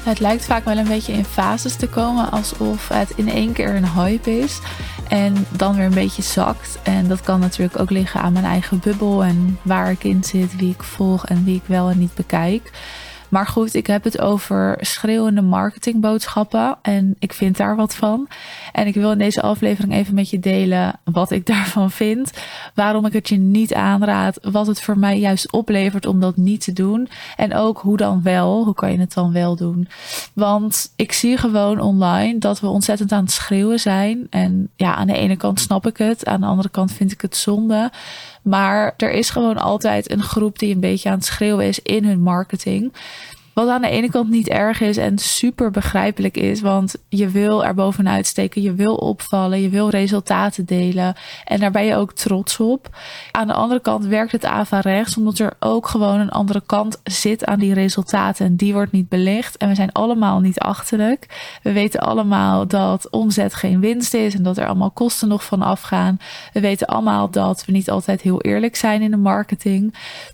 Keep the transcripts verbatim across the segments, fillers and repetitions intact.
Het lijkt vaak wel een beetje in fases te komen, alsof het in één keer een hype is en dan weer een beetje zakt. En dat kan natuurlijk ook liggen aan mijn eigen bubbel en waar ik in zit, wie ik volg en wie ik wel en niet bekijk. Maar goed, ik heb het over schreeuwende marketingboodschappen en ik vind daar wat van. En ik wil in deze aflevering even met je delen wat ik daarvan vind. Waarom ik het je niet aanraad, wat het voor mij juist oplevert om dat niet te doen. En ook hoe dan wel, hoe kan je het dan wel doen. Want ik zie gewoon online dat we ontzettend aan het schreeuwen zijn. En ja, aan de ene kant snap ik het, aan de andere kant vind ik het zonde. Maar er is gewoon altijd een groep die een beetje aan het schreeuwen is in hun marketing. Wat aan de ene kant niet erg is en super begrijpelijk is. Want je wil er bovenuit steken, je wil opvallen, je wil resultaten delen. En daar ben je ook trots op. Aan de andere kant werkt het averechts, omdat er ook gewoon een andere kant zit aan die resultaten. En die wordt niet belicht. En we zijn allemaal niet achterlijk. We weten allemaal dat omzet geen winst is en dat er allemaal kosten nog van afgaan. We weten allemaal dat we niet altijd heel eerlijk zijn in de marketing.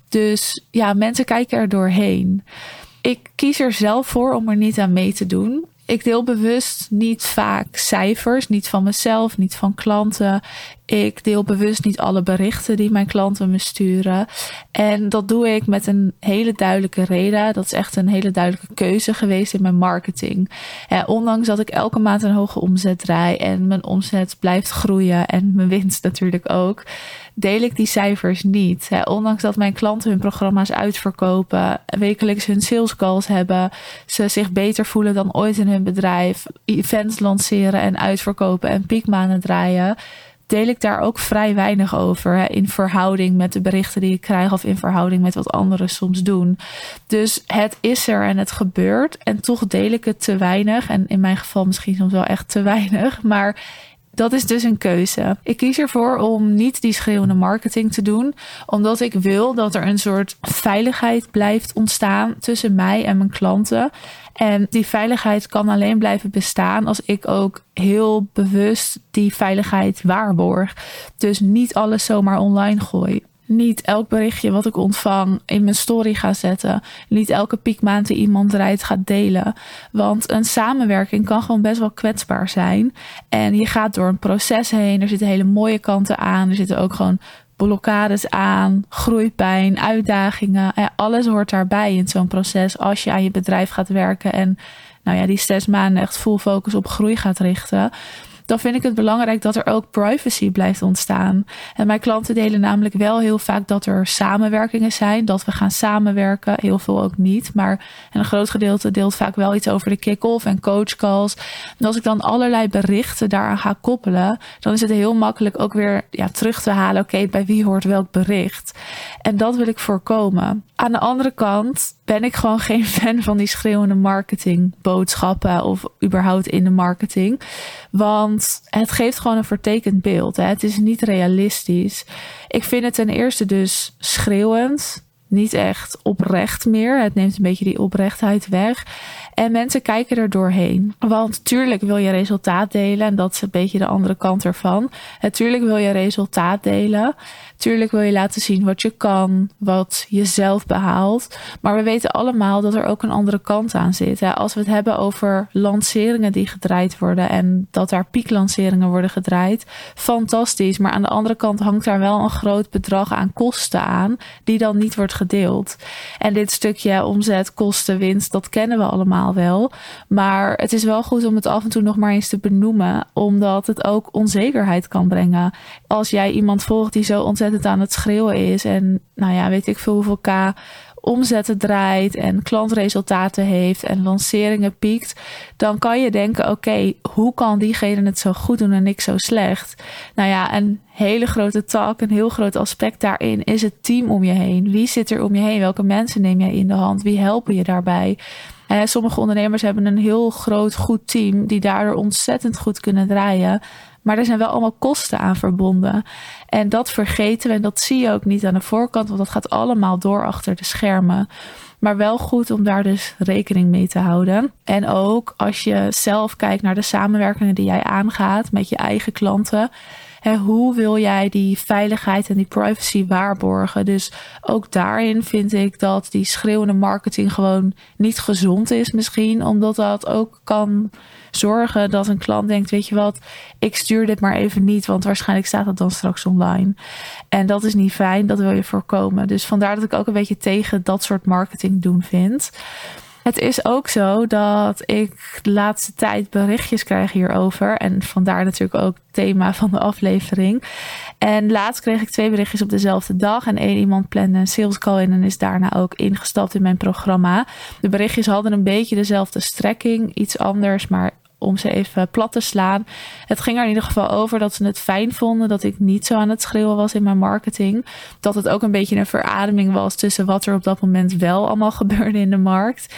Dus ja, mensen kijken er doorheen. Ik kies er zelf voor om er niet aan mee te doen. Ik deel bewust niet vaak cijfers, niet van mezelf, niet van klanten. Ik deel bewust niet alle berichten die mijn klanten me sturen. En dat doe ik met een hele duidelijke reden. Dat is echt een hele duidelijke keuze geweest in mijn marketing. Ja, ondanks dat ik elke maand een hoge omzet draai en mijn omzet blijft groeien en mijn winst natuurlijk ook, deel ik die cijfers niet. Ja, ondanks dat mijn klanten hun programma's uitverkopen, wekelijks hun sales calls hebben, ze zich beter voelen dan ooit in hun bedrijf, events lanceren en uitverkopen en piekmaanden draaien, deel ik daar ook vrij weinig over. Hè, in verhouding met de berichten die ik krijg of in verhouding met wat anderen soms doen. Dus het is er en het gebeurt en toch deel ik het te weinig. En in mijn geval misschien soms wel echt te weinig. Maar dat is dus een keuze. Ik kies ervoor om niet die schreeuwende marketing te doen, omdat ik wil dat er een soort veiligheid blijft ontstaan tussen mij en mijn klanten. En die veiligheid kan alleen blijven bestaan als ik ook heel bewust die veiligheid waarborg. Dus niet alles zomaar online gooi. Niet elk berichtje wat ik ontvang in mijn story ga zetten. Niet elke piekmaand die iemand draait gaat delen. Want een samenwerking kan gewoon best wel kwetsbaar zijn. En je gaat door een proces heen. Er zitten hele mooie kanten aan. Er zitten ook gewoon blokkades aan, groeipijn, uitdagingen. Ja, alles hoort daarbij in zo'n proces als je aan je bedrijf gaat werken en nou ja, die zes maanden echt full focus op groei gaat richten. Dan vind ik het belangrijk dat er ook privacy blijft ontstaan. En mijn klanten delen namelijk wel heel vaak dat er samenwerkingen zijn. Dat we gaan samenwerken. Heel veel ook niet. Maar een groot gedeelte deelt vaak wel iets over de kick-off en coachcalls. En als ik dan allerlei berichten daaraan ga koppelen, dan is het heel makkelijk ook weer ja, terug te halen. Oké, okay, bij wie hoort welk bericht? En dat wil ik voorkomen. Aan de andere kant ben ik gewoon geen fan van die schreeuwende marketingboodschappen of überhaupt in de marketing. Want het geeft gewoon een vertekend beeld. Hè? Het is niet realistisch. Ik vind het ten eerste dus schreeuwend. Niet echt oprecht meer. Het neemt een beetje die oprechtheid weg. En mensen kijken er doorheen. Want tuurlijk wil je resultaat delen. En dat is een beetje de andere kant ervan. Natuurlijk wil je resultaat delen. Tuurlijk wil je laten zien wat je kan. Wat je zelf behaalt. Maar we weten allemaal dat er ook een andere kant aan zit. Hè? Als we het hebben over lanceringen die gedraaid worden. En dat daar pieklanceringen worden gedraaid. Fantastisch. Maar aan de andere kant hangt daar wel een groot bedrag aan kosten aan. Die dan niet wordt gedeeld. En dit stukje omzet, kosten, winst. Dat kennen we allemaal wel. Maar het is wel goed om het af en toe nog maar eens te benoemen. Omdat het ook onzekerheid kan brengen. Als jij iemand volgt die zo ontzettend aan het schreeuwen is. En nou ja, weet ik veel hoeveel k omzetten draait. En klantresultaten heeft. En lanceringen piekt. Dan kan je denken, oké, okay, hoe kan diegene het zo goed doen en ik zo slecht? Nou ja, een hele grote tak, een heel groot aspect daarin is het team om je heen. Wie zit er om je heen? Welke mensen neem jij in de hand? Wie helpen je daarbij? En sommige ondernemers hebben een heel groot, goed team die daardoor ontzettend goed kunnen draaien. Maar er zijn wel allemaal kosten aan verbonden. En dat vergeten we en dat zie je ook niet aan de voorkant, want dat gaat allemaal door achter de schermen. Maar wel goed om daar dus rekening mee te houden. En ook als je zelf kijkt naar de samenwerkingen die jij aangaat met je eigen klanten. Hè, hoe wil jij die veiligheid en die privacy waarborgen? Dus ook daarin vind ik dat die schreeuwende marketing gewoon niet gezond is misschien. Omdat dat ook kan zorgen dat een klant denkt, weet je wat, ik stuur dit maar even niet, want waarschijnlijk staat het dan straks online. En dat is niet fijn, dat wil je voorkomen. Dus vandaar dat ik ook een beetje tegen dat soort marketing doen vind. Het is ook zo dat ik de laatste tijd berichtjes krijg hierover. En vandaar natuurlijk ook het thema van de aflevering. En laatst kreeg ik twee berichtjes op dezelfde dag. En één iemand plande een sales call in en is daarna ook ingestapt in mijn programma. De berichtjes hadden een beetje dezelfde strekking. Iets anders, maar om ze even plat te slaan. Het ging er in ieder geval over dat ze het fijn vonden dat ik niet zo aan het schreeuwen was in mijn marketing. Dat het ook een beetje een verademing was tussen wat er op dat moment wel allemaal gebeurde in de markt.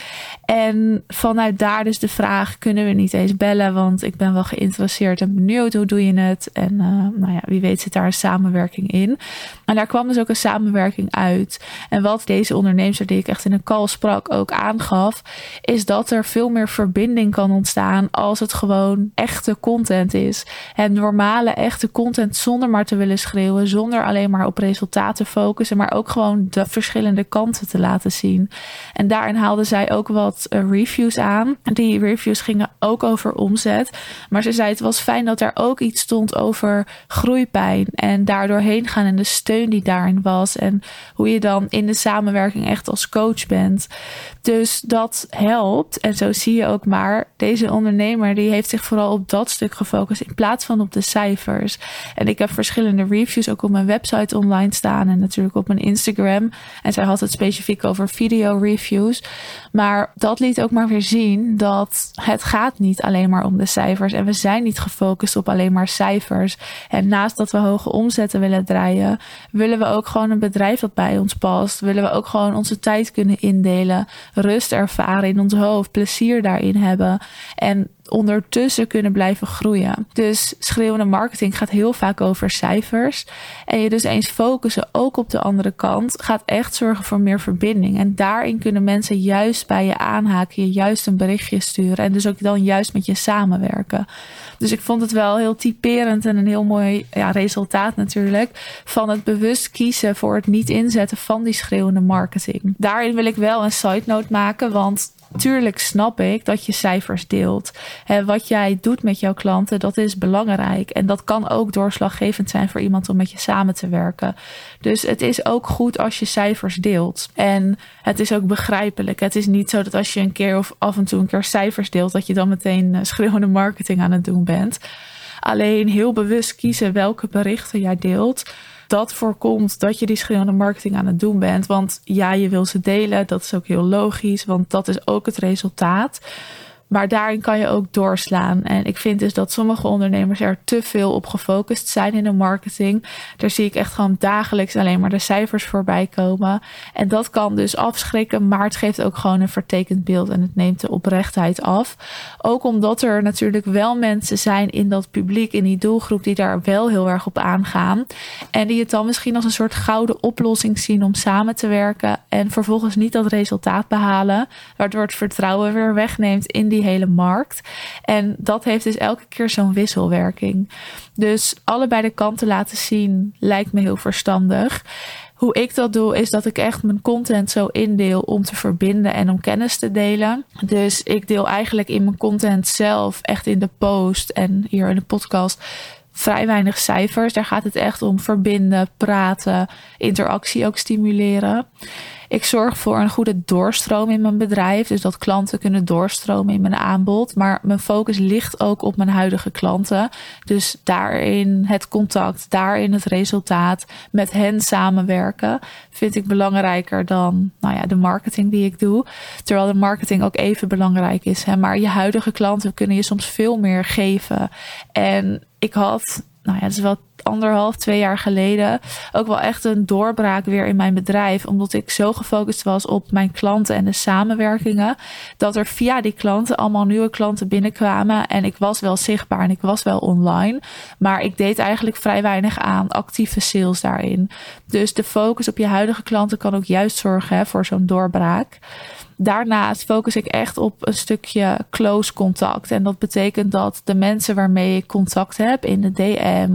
En vanuit daar dus de vraag, kunnen we niet eens bellen? Want ik ben wel geïnteresseerd en benieuwd, hoe doe je het? En uh, nou ja, wie weet zit daar een samenwerking in. En daar kwam dus ook een samenwerking uit. En wat deze ondernemer die ik echt in een call sprak ook aangaf, is dat er veel meer verbinding kan ontstaan als het gewoon echte content is. En normale echte content zonder maar te willen schreeuwen, zonder alleen maar op resultaten focussen, maar ook gewoon de verschillende kanten te laten zien. En daarin haalde zij ook wat uh, reviews aan. Die reviews gingen ook over omzet. Maar ze zei het was fijn dat er ook iets stond over groeipijn en daardoor heen gaan en de steun die daarin was. En hoe je dan in de samenwerking echt als coach bent. Dus dat helpt. En zo zie je ook maar, deze ondernemer die heeft zich vooral op dat stuk gefocust in plaats van op de cijfers. En ik heb verschillende reviews ook op mijn website online staan en natuurlijk op mijn Instagram. En zij had het specifiek over video reviews. Maar dat liet ook maar weer zien dat het gaat niet alleen maar om de cijfers. En we zijn niet gefocust op alleen maar cijfers. En naast dat we hoge omzetten willen draaien, willen we ook gewoon een bedrijf dat bij ons past. Willen we ook gewoon onze tijd kunnen indelen, rust ervaren in ons hoofd, plezier daarin hebben. En ondertussen kunnen blijven groeien. Dus schreeuwende marketing gaat heel vaak over cijfers. En je dus eens focussen ook op de andere kant gaat echt zorgen voor meer verbinding. En daarin kunnen mensen juist bij je aanhaken, je juist een berichtje sturen en dus ook dan juist met je samenwerken. Dus ik vond het wel heel typerend en een heel mooi ja, resultaat natuurlijk van het bewust kiezen voor het niet inzetten van die schreeuwende marketing. Daarin wil ik wel een side note maken, want tuurlijk snap ik dat je cijfers deelt. He, wat jij doet met jouw klanten, dat is belangrijk. En dat kan ook doorslaggevend zijn voor iemand om met je samen te werken. Dus het is ook goed als je cijfers deelt. En het is ook begrijpelijk. Het is niet zo dat als je een keer of af en toe een keer cijfers deelt, dat je dan meteen schreeuwende marketing aan het doen bent. Alleen heel bewust kiezen welke berichten jij deelt. Dat voorkomt dat je die schreeuwende marketing aan het doen bent. Want ja, je wil ze delen. Dat is ook heel logisch. Want dat is ook het resultaat. Maar daarin kan je ook doorslaan. En ik vind dus dat sommige ondernemers er te veel op gefocust zijn in de marketing. Daar zie ik echt gewoon dagelijks alleen maar de cijfers voorbij komen. En dat kan dus afschrikken, maar het geeft ook gewoon een vertekend beeld en het neemt de oprechtheid af. Ook omdat er natuurlijk wel mensen zijn in dat publiek, in die doelgroep, die daar wel heel erg op aangaan. En die het dan misschien als een soort gouden oplossing zien om samen te werken en vervolgens niet dat resultaat behalen, waardoor het vertrouwen weer wegneemt in die die hele markt. En dat heeft dus elke keer zo'n wisselwerking. Dus allebei de kanten laten zien lijkt me heel verstandig. Hoe ik dat doe is dat ik echt mijn content zo indeel om te verbinden en om kennis te delen. Dus ik deel eigenlijk in mijn content zelf, echt in de post en hier in de podcast, vrij weinig cijfers. Daar gaat het echt om verbinden, praten, interactie ook stimuleren. Ik zorg voor een goede doorstroom in mijn bedrijf. Dus dat klanten kunnen doorstromen in mijn aanbod. Maar mijn focus ligt ook op mijn huidige klanten. Dus daarin het contact, daarin het resultaat, met hen samenwerken, vind ik belangrijker dan nou ja, de marketing die ik doe. Terwijl de marketing ook even belangrijk is. Hè? Maar je huidige klanten kunnen je soms veel meer geven. En ik had, nou ja, dat is wel anderhalf, twee jaar geleden, ook wel echt een doorbraak weer in mijn bedrijf. Omdat ik zo gefocust was op mijn klanten en de samenwerkingen, dat er via die klanten allemaal nieuwe klanten binnenkwamen. En ik was wel zichtbaar en ik was wel online. Maar ik deed eigenlijk vrij weinig aan actieve sales daarin. Dus de focus op je huidige klanten kan ook juist zorgen hè, voor zo'n doorbraak. Daarnaast focus ik echt op een stukje close contact. En dat betekent dat de mensen waarmee ik contact heb in de D M of op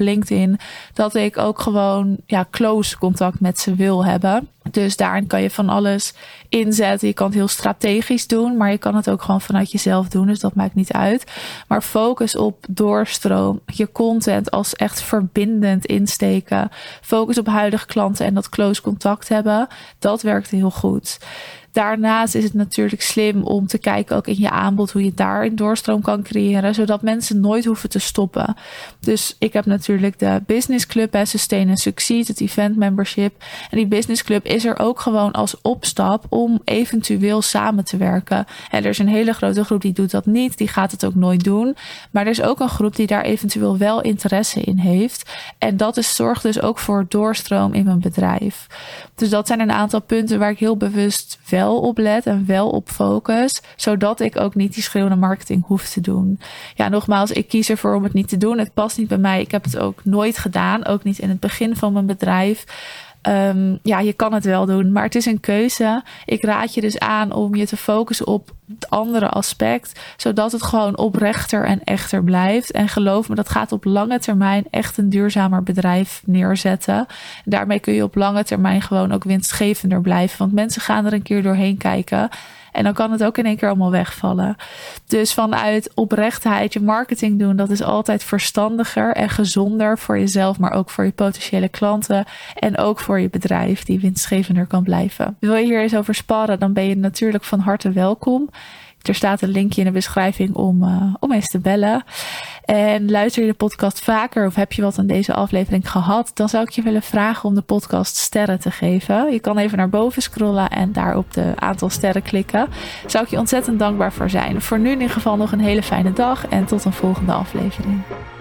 LinkedIn, dat ik ook gewoon ja, close contact met ze wil hebben. Dus daarin kan je van alles inzetten. Je kan het heel strategisch doen, maar je kan het ook gewoon vanuit jezelf doen. Dus dat maakt niet uit. Maar focus op doorstroom. Je content als echt verbindend insteken. Focus op huidige klanten en dat close contact hebben. Dat werkt heel goed. Daarnaast is het natuurlijk slim om te kijken ook in je aanbod hoe je daar een doorstroom kan creëren, zodat mensen nooit hoeven te stoppen. Dus ik heb natuurlijk de Business Club, hè, Sustain and Succeed, het event membership. En die Business Club is er ook gewoon als opstap om eventueel samen te werken. En er is een hele grote groep die doet dat niet, die gaat het ook nooit doen. Maar er is ook een groep die daar eventueel wel interesse in heeft. En dat is, zorgt dus ook voor doorstroom in mijn bedrijf. Dus dat zijn een aantal punten waar ik heel bewust wel op let en wel op focus, zodat ik ook niet die schreeuwende marketing hoef te doen. Ja, nogmaals, ik kies ervoor om het niet te doen. Het past niet bij mij. Ik heb het ook nooit gedaan, ook niet in het begin van mijn bedrijf. Um, ja, je kan het wel doen, maar het is een keuze. Ik raad je dus aan om je te focussen op het andere aspect, zodat het gewoon oprechter en echter blijft. En geloof me, dat gaat op lange termijn echt een duurzamer bedrijf neerzetten. Daarmee kun je op lange termijn gewoon ook winstgevender blijven, want mensen gaan er een keer doorheen kijken. En dan kan het ook in één keer allemaal wegvallen. Dus vanuit oprechtheid je marketing doen, dat is altijd verstandiger en gezonder voor jezelf, maar ook voor je potentiële klanten en ook voor je bedrijf die winstgevender kan blijven. Wil je hier eens over sparren, dan ben je natuurlijk van harte welkom. Er staat een linkje in de beschrijving om, uh, om eens te bellen. En luister je de podcast vaker of heb je wat aan deze aflevering gehad, dan zou ik je willen vragen om de podcast sterren te geven. Je kan even naar boven scrollen en daar op de aantal sterren klikken. Daar zou ik je ontzettend dankbaar voor zijn. Voor nu in ieder geval nog een hele fijne dag en tot een volgende aflevering.